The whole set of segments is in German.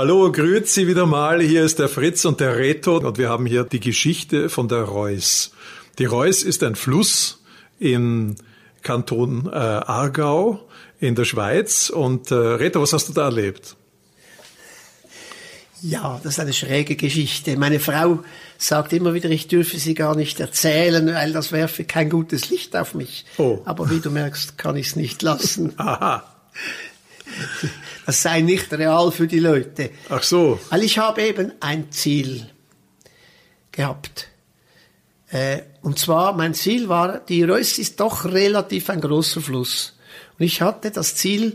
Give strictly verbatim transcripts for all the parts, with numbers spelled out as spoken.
Hallo, grüezi wieder mal. Hier ist der Fritz und der Reto und wir haben hier die Geschichte von der Reuss. Die Reuss ist ein Fluss im Kanton äh, Aargau in der Schweiz. Und äh, Reto, was hast du da erlebt? Ja, das ist eine schräge Geschichte. Meine Frau sagt immer wieder, ich dürfe sie gar nicht erzählen, weil das werfe kein gutes Licht auf mich. Oh. Aber wie du merkst, kann ich es nicht lassen. Aha. Das sei nicht real für die Leute. Ach so. Weil ich habe eben ein Ziel gehabt. Äh, und zwar, mein Ziel war, die Reuss ist doch relativ ein großer Fluss. Und ich hatte das Ziel,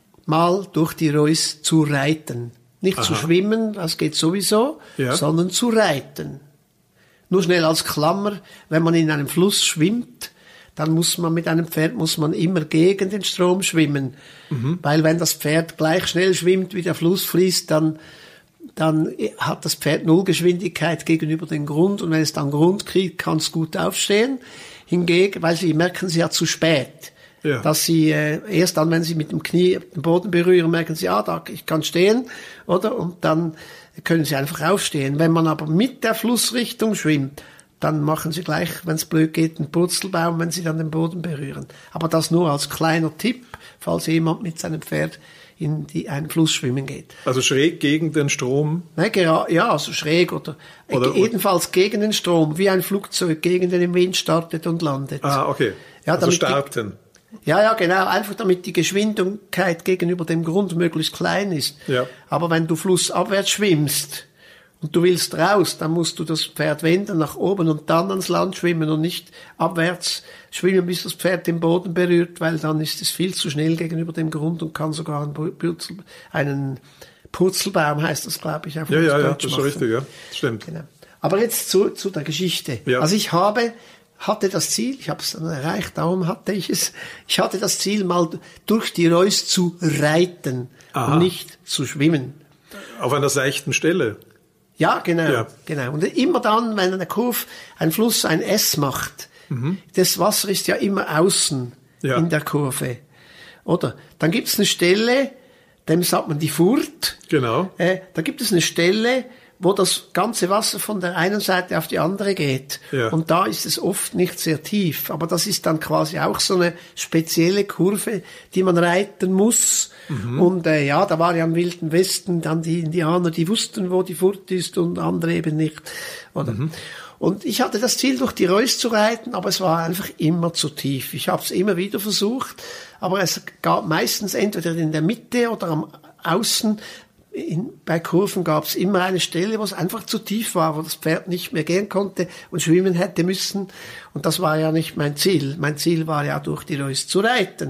mal durch die Reuss zu reiten. Nicht Aha. zu schwimmen, das geht sowieso, ja. sondern zu reiten. Nur schnell als Klammer, wenn man in einem Fluss schwimmt, dann muss man mit einem Pferd muss man immer gegen den Strom schwimmen. Mhm. Weil wenn das Pferd gleich schnell schwimmt, wie der Fluss fließt, dann, dann hat das Pferd null Geschwindigkeit gegenüber dem Grund. Und wenn es dann Grund kriegt, kann es gut aufstehen. Hingegen, weil sie merken sie ja zu spät. Ja. Dass sie äh, erst dann, wenn sie mit dem Knie den Boden berühren, merken sie, ah, da, ich kann stehen, oder? Und dann können sie einfach aufstehen. Wenn man aber mit der Flussrichtung schwimmt, dann machen sie gleich, wenn es blöd geht, einen Purzelbaum, wenn sie dann den Boden berühren. Aber das nur als kleiner Tipp, falls jemand mit seinem Pferd in die, einen Fluss schwimmen geht. Also schräg gegen den Strom? Nein, ja, also schräg oder, oder jedenfalls gegen den Strom, wie ein Flugzeug gegen den im Wind startet und landet. Ah, okay. Ja, also starten. Die, Ja, ja, genau. Einfach damit die Geschwindigkeit gegenüber dem Grund möglichst klein ist. Ja. Aber wenn du flussabwärts schwimmst und du willst raus, dann musst du das Pferd wenden nach oben und dann ans Land schwimmen und nicht abwärts schwimmen, bis das Pferd den Boden berührt, weil dann ist es viel zu schnell gegenüber dem Grund und kann sogar einen, Purzel, einen Purzelbaum, heißt das, glaube ich, auf Ja, ja, ja, Deutsch das ist machen. richtig, ja. Das stimmt. Genau. Aber jetzt zu, zu der Geschichte. Ja. Also ich habe... hatte das Ziel, ich habe es dann erreicht, darum hatte ich es, ich hatte das Ziel, mal durch die Reuss zu reiten Aha. und nicht zu schwimmen. Auf einer seichten Stelle? Ja, genau, ja. genau. Und immer dann, wenn eine Kurve, ein Fluss ein S macht, mhm. das Wasser ist ja immer außen ja. in der Kurve, oder? Dann gibt es eine Stelle, dem sagt man die Furt. Genau. Äh, da gibt es eine Stelle, wo das ganze Wasser von der einen Seite auf die andere geht. Ja. Und da ist es oft nicht sehr tief. Aber das ist dann quasi auch so eine spezielle Kurve, die man reiten muss. Mhm. Und äh, ja, da war ja im Wilden Westen dann die Indianer, die wussten, wo die Furt ist und andere eben nicht. Oder? Mhm. Und ich hatte das Ziel, durch die Reuss zu reiten, aber es war einfach immer zu tief. Ich habe es immer wieder versucht, aber es gab meistens entweder in der Mitte oder am Außen. In, bei Kurven gab es immer eine Stelle, wo es einfach zu tief war, wo das Pferd nicht mehr gehen konnte und schwimmen hätte müssen. Und das war ja nicht mein Ziel. Mein Ziel war ja, durch die Reuss zu reiten.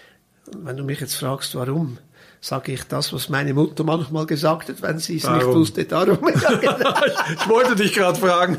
Wenn du mich jetzt fragst, warum, sage ich das, was meine Mutter manchmal gesagt hat, wenn sie es nicht wusste. Darum. Ich wollte dich gerade fragen.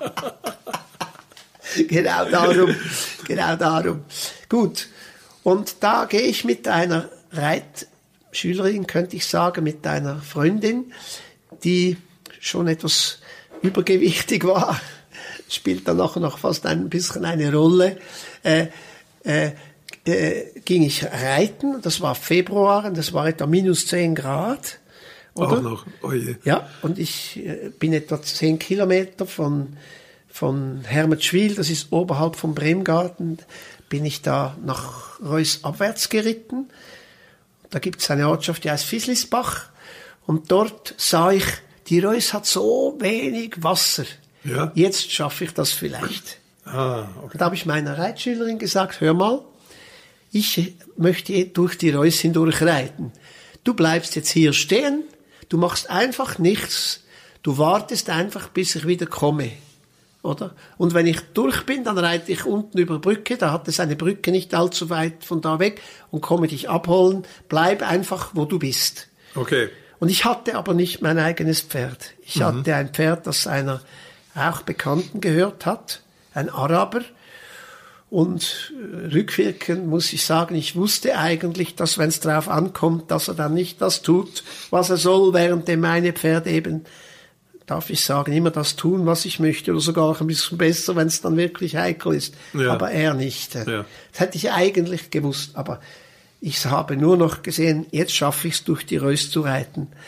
Genau darum. Genau darum. Gut. Und da gehe ich mit einer Reit Schülerin, könnte ich sagen, mit einer Freundin, die schon etwas übergewichtig war, spielt dann nachher noch fast ein bisschen eine Rolle, äh, äh, äh, ging ich reiten, das war Februar, und das war etwa minus zehn Grad. Oder? Auch noch, oh je. Ja, und ich äh, bin etwa zehn Kilometer von, von Hermetschwil, das ist oberhalb vom Bremgarten, bin ich da nach Reuss abwärts geritten. Da gibt es eine Ortschaft, die heißt Fieslisbach. Und dort sah ich, die Reuss hat so wenig Wasser. Ja. Jetzt schaffe ich das vielleicht. Ah, okay. Da habe ich meiner Reitschülerin gesagt, hör mal, ich möchte durch die Reuss hindurch reiten. Du bleibst jetzt hier stehen, du machst einfach nichts, du wartest einfach, bis ich wieder komme. Oder? Und wenn ich durch bin, dann reite ich unten über Brücke, da hat es eine Brücke nicht allzu weit von da weg und komme dich abholen. Bleib einfach, wo du bist. Okay. Und ich hatte aber nicht mein eigenes Pferd. Ich mhm. hatte ein Pferd, das einer auch Bekannten gehört hat, ein Araber. Und rückwirkend muss ich sagen, ich wusste eigentlich, dass wenn es drauf ankommt, dass er dann nicht das tut, was er soll, während meine Pferde eben, darf ich sagen, immer das tun, was ich möchte, oder sogar noch ein bisschen besser, wenn es dann wirklich heikel ist. Ja. Aber er nicht. Ja. Das hätte ich eigentlich gewusst, aber ich habe nur noch gesehen, jetzt schaffe ich es, durch die Reuss zu reiten.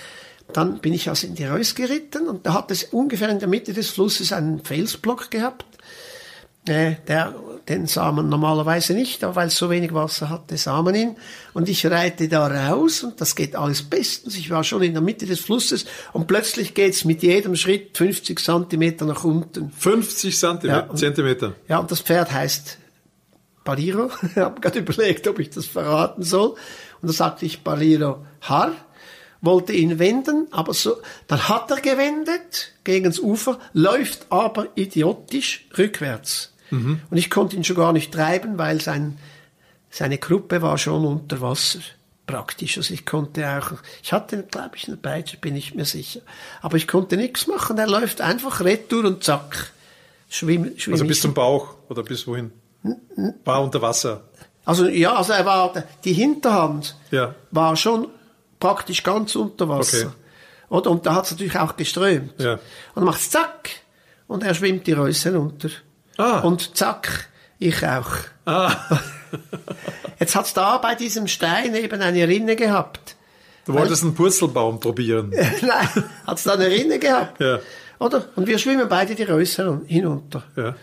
dann bin ich also in die Reuss geritten und da hat es ungefähr in der Mitte des Flusses einen Felsblock gehabt. Äh, der, den sah man normalerweise nicht, aber weil es so wenig Wasser hatte, sah man ihn. Und ich reite da raus und das geht alles bestens. Ich war schon in der Mitte des Flusses und plötzlich geht's mit jedem Schritt fünfzig Zentimeter nach unten. fünfzig Zentimeter? Ja, und, Zentimeter. Ja, und das Pferd heißt Baliro. Ich habe gerade überlegt, ob ich das verraten soll. Und da sagte ich Baliro Har, wollte ihn wenden, aber so, dann hat er gewendet gegens Ufer, läuft aber idiotisch rückwärts. Mhm. Und ich konnte ihn schon gar nicht treiben, weil sein, seine Kruppe war schon unter Wasser, praktisch. Also ich konnte auch, ich hatte, glaube ich, eine Peitsche, bin ich mir sicher. Aber ich konnte nichts machen, er läuft einfach retour und zack, schwimm, schwimm Also bis zum Bauch, oder bis wohin? War unter Wasser. Also, ja, also er war, die Hinterhand ja. war schon praktisch ganz unter Wasser. Okay. Oder? Und da hat es natürlich auch geströmt. Ja. Und dann macht's zack, und er schwimmt die Reuss runter. Ah. Und zack, ich auch. Ah. Jetzt hat's da bei diesem Stein eben eine Rinne gehabt. Du wolltest einen Purzelbaum probieren. Nein, hat's da eine Rinne gehabt. Ja. Oder? Und wir schwimmen beide die Reuss hinunter. Ja.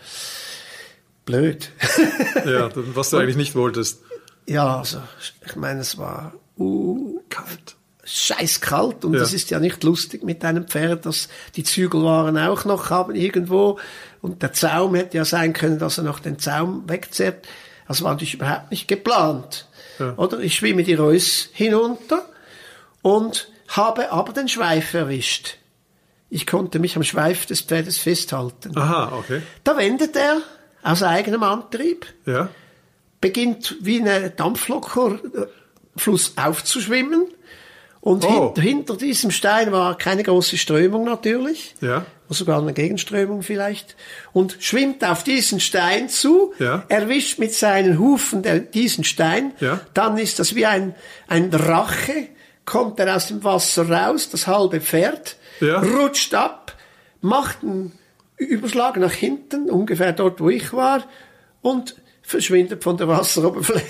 Blöd. Ja, was du und, eigentlich nicht wolltest. Ja, also, ich meine, es war uh, kalt. Scheiß kalt und ja. das ist ja nicht lustig mit einem Pferd, dass die Zügel waren auch noch, haben irgendwo und der Zaum hätte ja sein können, dass er noch den Zaum wegzerrt. Das war natürlich überhaupt nicht geplant. Ja. Oder? Ich schwimme die Reuss hinunter und habe aber den Schweif erwischt. Ich konnte mich am Schweif des Pferdes festhalten. Aha, okay. Da wendet er aus eigenem Antrieb, ja. beginnt wie eine Dampflokfluss aufzuschwimmen. Und oh. hinter, hinter diesem Stein war keine große Strömung natürlich, ja. sogar eine Gegenströmung vielleicht, und schwimmt auf diesen Stein zu, ja. erwischt mit seinen Hufen der, diesen Stein, ja. dann ist das wie ein, ein Drache, kommt er aus dem Wasser raus, das halbe Pferd, ja. rutscht ab, macht einen Überschlag nach hinten, ungefähr dort, wo ich war, und verschwindet von der Wasseroberfläche.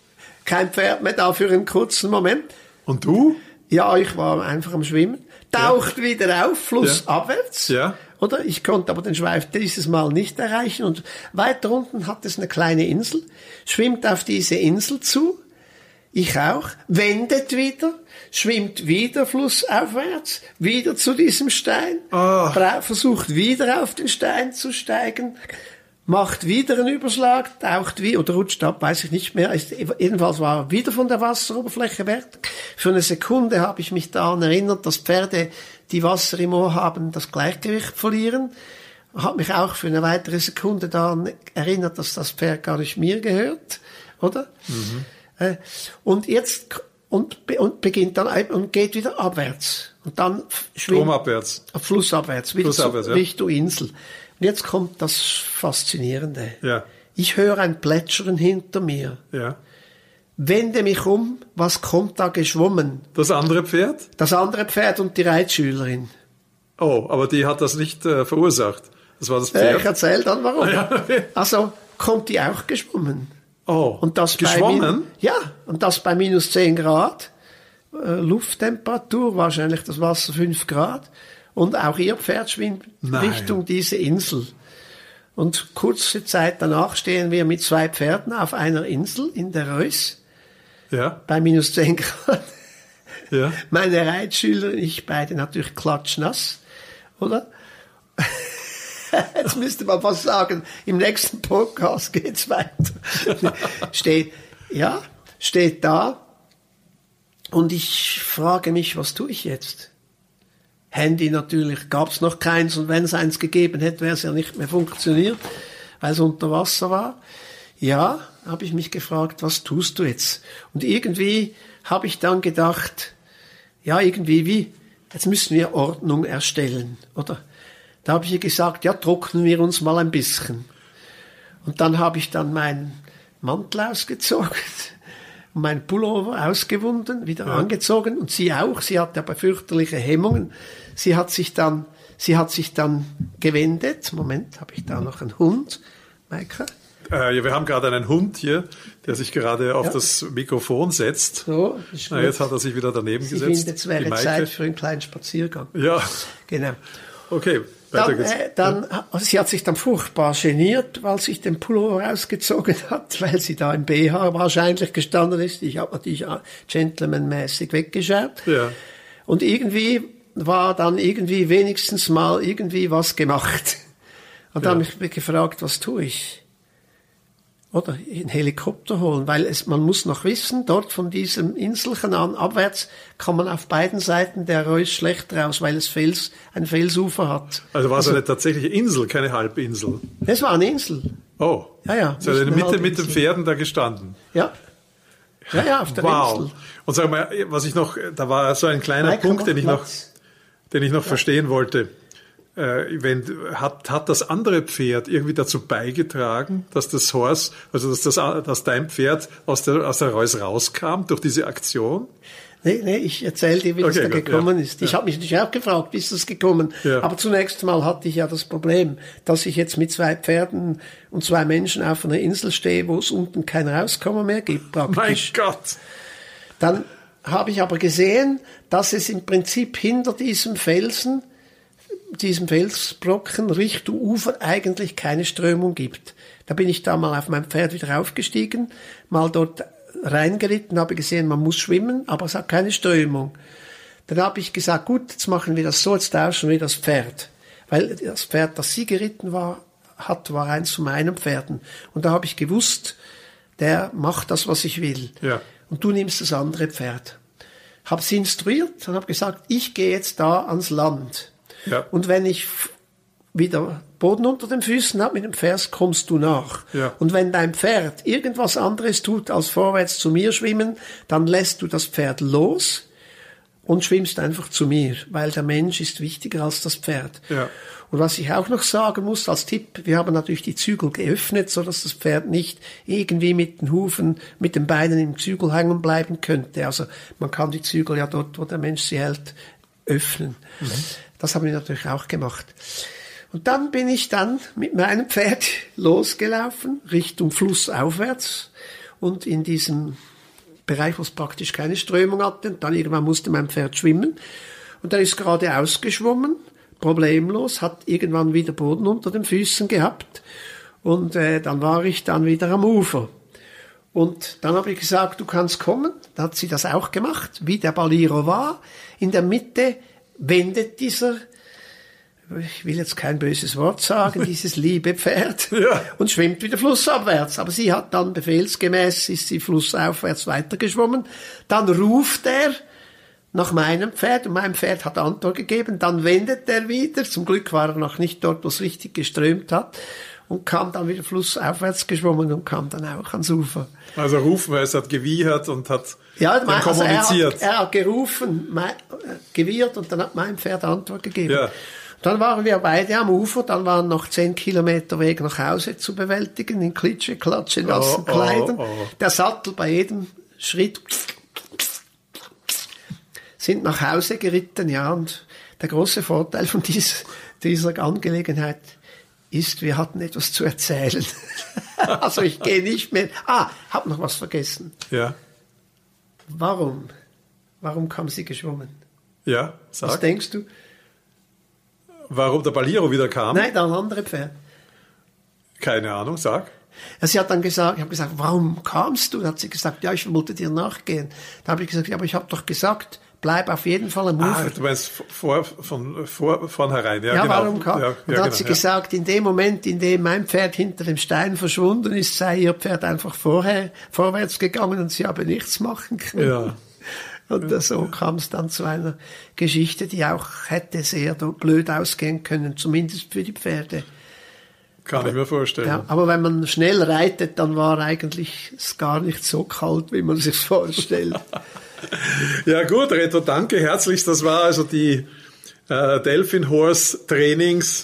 Kein Pferd mehr da für einen kurzen Moment. Und du? Ja, ich war einfach am Schwimmen. Taucht ja. wieder auf, flussabwärts. Ja. Oder? Ich konnte aber den Schweif dieses Mal nicht erreichen. Und weiter unten hat es eine kleine Insel. Schwimmt auf diese Insel zu. Ich auch. Wendet wieder. Schwimmt wieder flussaufwärts. Wieder zu diesem Stein. Oh. Versucht wieder auf den Stein zu steigen. Macht wieder einen Überschlag, taucht wie oder rutscht ab, weiß ich nicht mehr. Jedenfalls war er wieder von der Wasseroberfläche weg. Für eine Sekunde habe ich mich daran erinnert, dass Pferde, die Wasser im Ohr haben, das Gleichgewicht verlieren. Habe mich auch für eine weitere Sekunde daran erinnert, dass das Pferd gar nicht mir gehört, oder? Mhm. Und jetzt und, und beginnt dann und geht wieder abwärts und dann schwimmt Stromabwärts, flussabwärts, wieder Flussabwärts, zu, ja. Richtung Insel. Und jetzt kommt das Faszinierende. Ja. Ich höre ein Plätschern hinter mir. Ja. Wende mich um, was kommt da geschwommen? Das andere Pferd? Das andere Pferd und die Reitschülerin. Oh, aber die hat das nicht äh, verursacht. Das war das Pferd. Äh, ich erzähle dann warum. Ah, ja. Also kommt die auch geschwommen. Oh, und das geschwommen? Bei, ja, und das bei minus zehn Grad. Äh, Lufttemperatur, wahrscheinlich das Wasser fünf Grad. Und auch ihr Pferd schwimmt Nein. Richtung diese Insel. Und kurze Zeit danach stehen wir mit zwei Pferden auf einer Insel in der Reuss. Ja. Bei minus zehn Grad. Ja. Meine Reitschüler, ich beide natürlich klatschnass, oder? Jetzt müsste man fast sagen, im nächsten Podcast geht's weiter. steht, ja, steht da. Und ich frage mich, was tue ich jetzt? Handy natürlich gab's noch keins und wenn es eins gegeben hätte, wäre es ja nicht mehr funktioniert, weil es unter Wasser war. Ja, habe ich mich gefragt, was tust du jetzt? Und irgendwie habe ich dann gedacht, ja, irgendwie wie, jetzt müssen wir Ordnung erstellen, oder? Da habe ich ihr gesagt, ja, trocknen wir uns mal ein bisschen. Und dann habe ich dann meinen Mantel ausgezogen und meinen Pullover ausgewunden, wieder ja. angezogen und sie auch. Sie hatte aber fürchterliche Hemmungen. Sie hat sich dann, sie hat sich dann gewendet. Moment, habe ich da noch einen Hund? Maike? Äh, ja, wir haben gerade einen Hund hier, der sich gerade auf Ja. das Mikrofon setzt. So, ist Na, gut. jetzt hat er sich wieder daneben Sie gesetzt. findet, es wäre Die Maike. Zeit für einen kleinen Spaziergang. Ja, Genau. okay, weiter Dann, geht's. äh, dann, also sie hat sich dann furchtbar geniert, weil sich den Pullover rausgezogen hat, weil sie da im B H wahrscheinlich gestanden ist. Ich habe natürlich gentlemanmäßig weggeschaut. Ja. Und irgendwie war dann irgendwie wenigstens mal irgendwie was gemacht. Und dann Ja. habe ich mich gefragt, was tue ich? Oder einen Helikopter holen, weil es, man muss noch wissen, dort von diesem Inselchen an abwärts kann man auf beiden Seiten der Reuss schlecht raus, weil es Fels, ein Felsufer hat. Also war es eine tatsächliche Insel, keine Halbinsel. Das war eine Insel. Oh. Ja, ja. Sie hat in der nicht eine Mitte mit Halbinsel. den Pferden da gestanden. Ja. Ja, ja, auf der Wow. Insel. Und sag mal, was ich noch, da war so ein kleiner Nein, Punkt, komm, den ich noch, Platz. den ich noch verstehen wollte. Äh, wenn, hat, hat das andere Pferd irgendwie dazu beigetragen, dass das Horse, also dass, das, dass dein Pferd aus der, aus der Reuss rauskam durch diese Aktion? Nee, nee, ich erzähle dir, wie das Okay, da gut, gekommen ja. ist. Ich Ja. habe mich natürlich auch gefragt, wie ist das gekommen? Ja. Aber zunächst mal hatte ich ja das Problem, dass ich jetzt mit zwei Pferden und zwei Menschen auf einer Insel stehe, wo es unten kein Rauskommen mehr gibt, Mein praktisch. Gott! Dann habe ich aber gesehen, dass es im Prinzip hinter diesem Felsen, diesem Felsbrocken Richtung Ufer eigentlich keine Strömung gibt. Da bin ich da mal auf mein Pferd wieder aufgestiegen, mal dort reingeritten, habe gesehen, man muss schwimmen, aber es hat keine Strömung. Dann habe ich gesagt, gut, jetzt machen wir das so, jetzt tauschen wir das Pferd. Weil das Pferd, das sie geritten war, hat, war eins von meinen Pferden. Und da habe ich gewusst, der macht das, was ich will. Ja. Und du nimmst das andere Pferd. Habe sie instruiert und habe gesagt, ich gehe jetzt da ans Land. Ja. Und wenn ich f- wieder Boden unter den Füßen habe mit dem Pferd, kommst du nach. Ja. Und wenn dein Pferd irgendwas anderes tut, als vorwärts zu mir schwimmen, dann lässt du das Pferd los und schwimmst einfach zu mir, weil der Mensch ist wichtiger als das Pferd. Ja. Und was ich auch noch sagen muss als Tipp, wir haben natürlich die Zügel geöffnet, so dass das Pferd nicht irgendwie mit den Hufen, mit den Beinen im Zügel hängen bleiben könnte. Also man kann die Zügel ja dort, wo der Mensch sie hält, öffnen. Mhm. Das haben wir natürlich auch gemacht. Und dann bin ich dann mit meinem Pferd losgelaufen, Richtung flussaufwärts und in diesem Bereich, wo es praktisch keine Strömung hatte. Und dann irgendwann musste mein Pferd schwimmen. Und dann ist gerade ausgeschwommen, problemlos, hat irgendwann wieder Boden unter den Füßen gehabt. Und äh, dann war ich dann wieder am Ufer. Und dann habe ich gesagt, du kannst kommen. Dann hat sie das auch gemacht, wie der Baliro war. In der Mitte wendet dieser, ich will jetzt kein böses Wort sagen, dieses liebe Pferd Ja. und schwimmt wieder flussabwärts. Aber sie hat dann befehlsgemäß, ist sie flussaufwärts weitergeschwommen. Dann ruft er nach meinem Pferd und mein Pferd hat Antwort gegeben. Dann wendet er wieder. Zum Glück war er noch nicht dort, wo es richtig geströmt hat. Und kam dann wieder flussaufwärts geschwommen und kam dann auch ans Ufer. Also rufen, weil es hat gewiehert und hat Ja, dann mein, also er, kommuniziert. hat, er hat gerufen, mein, äh, gewiehert und dann hat mein Pferd Antwort gegeben. Ja. Dann waren wir beide am Ufer, dann waren noch zehn Kilometer Weg nach Hause zu bewältigen, in Klitsche, Klatsche, nassen Oh, oh, Kleidern. oh. Der Sattel bei jedem Schritt sind nach Hause geritten, ja, und der große Vorteil von dies, dieser Angelegenheit ist, wir hatten etwas zu erzählen. Also ich gehe nicht mehr. Ah, hab noch was vergessen. Ja, Warum? Warum kam sie geschwommen? ja, Was sag. denkst du? Warum der Baliro wieder kam? Nein, da ein anderes Pferd. Keine Ahnung, sag. Ja, sie hat dann gesagt, ich habe gesagt, warum kamst du? Dann hat sie gesagt, ja, ich wollte dir nachgehen. Dann habe ich gesagt, ja, aber ich habe doch gesagt, bleib auf jeden Fall am Ufer. Ah, du meinst vor, von vor, vornherein, ja, Ja, genau. warum kam? Ja, und dann ja, hat genau, sie ja. gesagt, in dem Moment, in dem mein Pferd hinter dem Stein verschwunden ist, sei ihr Pferd einfach vorher vorwärts gegangen und sie habe nichts machen können. Ja. Und so kam es dann zu einer Geschichte, die auch hätte sehr blöd ausgehen können, zumindest für die Pferde. Kann ich mir vorstellen. Ja, aber wenn man schnell reitet, dann war eigentlich es gar nicht so kalt, wie man sich vorstellt. Ja gut, Reto, danke herzlichst. Das war also die äh, Delphin Horse Trainings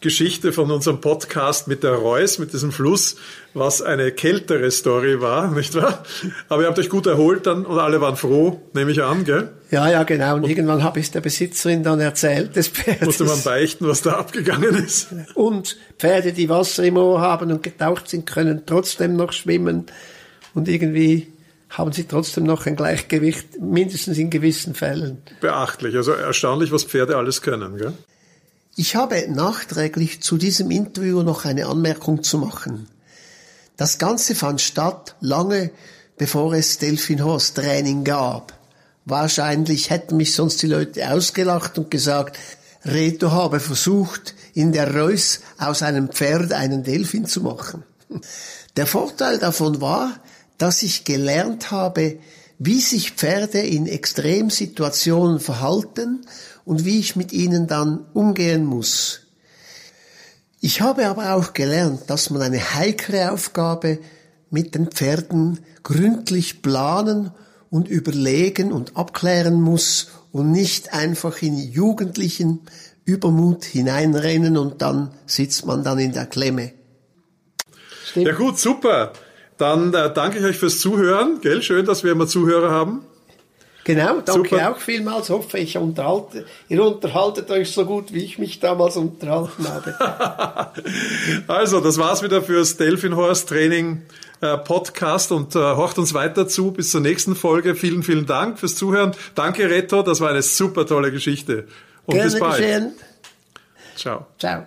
Geschichte von unserem Podcast mit der Reuss, mit diesem Fluss, was eine kältere Story war, nicht wahr? Aber ihr habt euch gut erholt dann und alle waren froh, nehme ich an, gell? Ja, ja, genau. Und, und irgendwann habe ich es der Besitzerin dann erzählt, des Pferdes. Musste man beichten, was da abgegangen ist. Und Pferde, die Wasser im Ohr haben und getaucht sind, können trotzdem noch schwimmen. Und irgendwie haben sie trotzdem noch ein Gleichgewicht, mindestens in gewissen Fällen. Beachtlich, also erstaunlich, was Pferde alles können, gell? Ich habe nachträglich zu diesem Interview noch eine Anmerkung zu machen. Das Ganze fand statt lange bevor es Delfin-Horse Training gab. Wahrscheinlich hätten mich sonst die Leute ausgelacht und gesagt, Reto habe versucht, in der Reuss aus einem Pferd einen Delfin zu machen. Der Vorteil davon war, dass ich gelernt habe, wie sich Pferde in Extremsituationen verhalten und wie ich mit ihnen dann umgehen muss. Ich habe aber auch gelernt, dass man eine heikle Aufgabe mit den Pferden gründlich planen und überlegen und abklären muss und nicht einfach in jugendlichen Übermut hineinrennen und dann sitzt man dann in der Klemme. Stimmt. Ja gut, super. Dann äh, danke ich euch fürs Zuhören. Gell? Schön, dass wir immer Zuhörer haben. Genau, danke Super. Auch vielmals. Hoffe, ich unterhalte, ihr unterhaltet euch so gut, wie ich mich damals unterhalten habe. Also, das war's wieder fürs Delfin-Horse Training äh, Podcast und äh, horcht uns weiter zu. Bis zur nächsten Folge. Vielen, vielen Dank fürs Zuhören. Danke, Reto. Das war eine super tolle Geschichte. Und Gerne bis bald. Geschehen. Ciao. Ciao.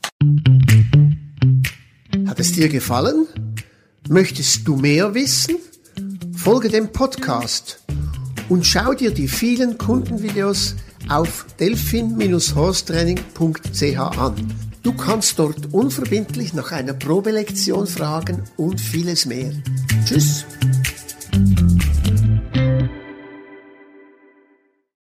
Hat es dir gefallen? Möchtest du mehr wissen? Folge dem Podcast und schau dir die vielen Kundenvideos auf delfin Bindestrich horsetraining punkt c h an. Du kannst dort unverbindlich nach einer Probelektion fragen und vieles mehr. Tschüss!